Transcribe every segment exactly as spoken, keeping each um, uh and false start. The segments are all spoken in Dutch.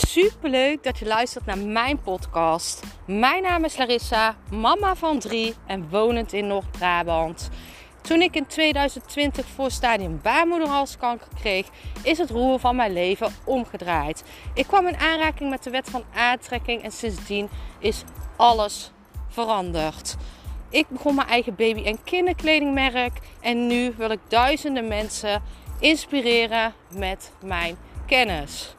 Superleuk dat je luistert naar mijn podcast. Mijn naam is Larissa, mama van drie en wonend in Noord-Brabant. Toen ik in tweeduizend twintig voor stadium baarmoederhalskanker kreeg, is het roer van mijn leven omgedraaid. Ik kwam in aanraking met de wet van aantrekking en sindsdien is alles veranderd. Ik begon mijn eigen baby- en kinderkledingmerk en nu wil ik duizenden mensen inspireren met mijn kennis.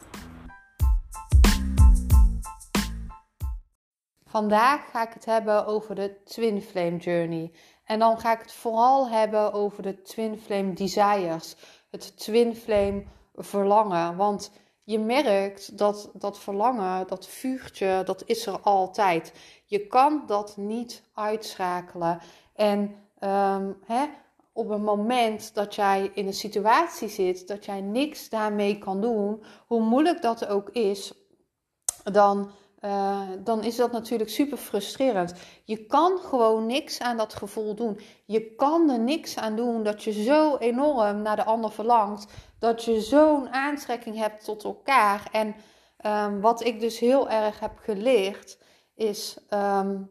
Vandaag ga ik het hebben over de Twin Flame Journey. En dan ga ik het vooral hebben over de Twin Flame Desires. Het Twin Flame verlangen. Want je merkt dat dat verlangen, dat vuurtje, dat is er altijd. Je kan dat niet uitschakelen. En um, hè, op een moment dat jij in een situatie zit, dat jij niks daarmee kan doen, hoe moeilijk dat ook is, dan... Uh, dan is dat natuurlijk super frustrerend. Je kan gewoon niks aan dat gevoel doen. Je kan er niks aan doen dat je zo enorm naar de ander verlangt. Dat je zo'n aantrekking hebt tot elkaar. En um, wat ik dus heel erg heb geleerd is um,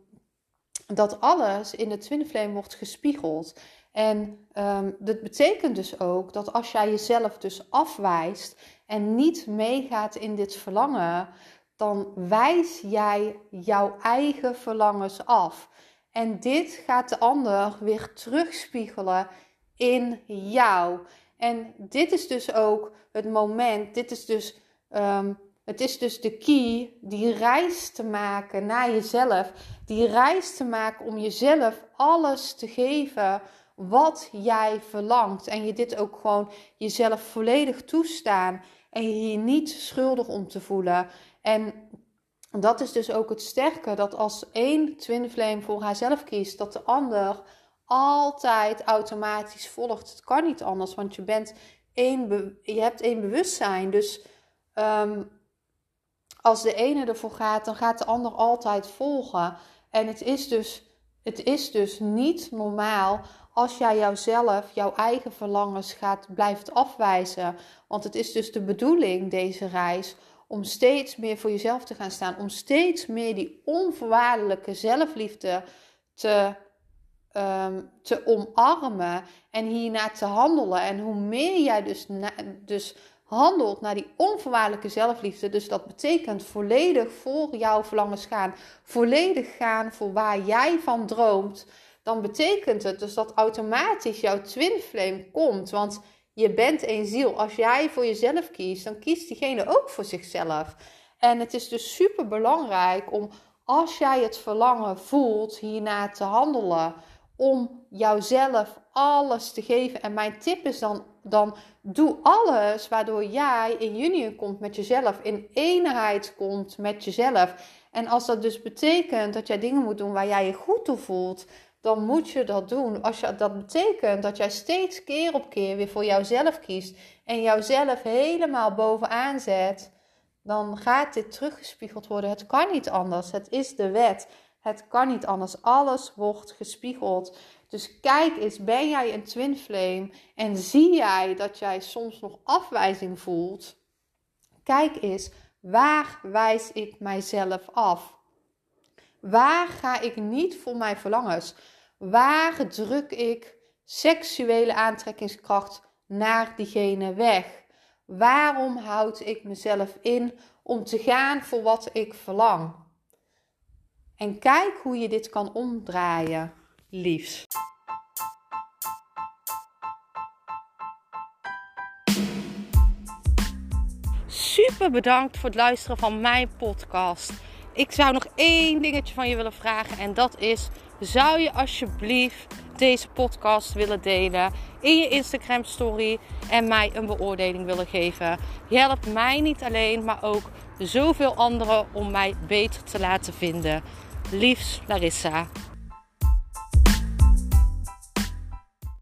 dat alles in de Twin Flame wordt gespiegeld. En um, dat betekent dus ook dat als jij jezelf dus afwijst en niet meegaat in dit verlangen, dan wijs jij jouw eigen verlangens af. En dit gaat de ander weer terugspiegelen in jou. En dit is dus ook het moment, dit is dus, um, het is dus de key, die reis te maken naar jezelf. Die reis te maken om jezelf alles te geven wat jij verlangt. En je dit ook gewoon jezelf volledig toestaan. En je hier niet schuldig om te voelen. En dat is dus ook het sterke, dat als één Twin Flame voor haarzelf kiest, dat de ander altijd automatisch volgt. Het kan niet anders, want je, bent één be- je hebt één bewustzijn. Dus um, als de ene ervoor gaat, dan gaat de ander altijd volgen. En het is dus, het is dus niet normaal als jij jouzelf, jouw eigen verlangens gaat, blijft afwijzen. Want het is dus de bedoeling, deze reis, om steeds meer voor jezelf te gaan staan. Om steeds meer die onvoorwaardelijke zelfliefde te, um, te omarmen. En hiernaar te handelen. En hoe meer jij dus, na, dus handelt naar die onvoorwaardelijke zelfliefde. Dus dat betekent volledig voor jouw verlangens gaan. Volledig gaan voor waar jij van droomt. Dan betekent het dus dat automatisch jouw Twin Flame komt. Want je bent één ziel. Als jij voor jezelf kiest, dan kiest diegene ook voor zichzelf. En het is dus super belangrijk om, als jij het verlangen voelt, hiernaar te handelen. Om jouzelf alles te geven. En mijn tip is dan, dan doe alles waardoor jij in union komt met jezelf. In eenheid komt met jezelf. En als dat dus betekent dat jij dingen moet doen waar jij je goed toe voelt, dan moet je dat doen. Als je, dat betekent dat jij steeds keer op keer weer voor jouzelf kiest en jouzelf helemaal bovenaan zet, dan gaat dit teruggespiegeld worden. Het kan niet anders. Het is de wet. Het kan niet anders. Alles wordt gespiegeld. Dus kijk eens, ben jij een Twin Flame en zie jij dat jij soms nog afwijzing voelt? Kijk eens, waar wijs ik mijzelf af? Waar ga ik niet voor mijn verlangens? Waar druk ik seksuele aantrekkingskracht naar diegene weg? Waarom houd ik mezelf in om te gaan voor wat ik verlang? En kijk hoe je dit kan omdraaien, liefs. Super bedankt voor het luisteren van mijn podcast. Ik zou nog één dingetje van je willen vragen en dat is, zou je alsjeblieft deze podcast willen delen in je Instagram story en mij een beoordeling willen geven? Je helpt mij niet alleen, maar ook zoveel anderen om mij beter te laten vinden. Liefs, Larissa.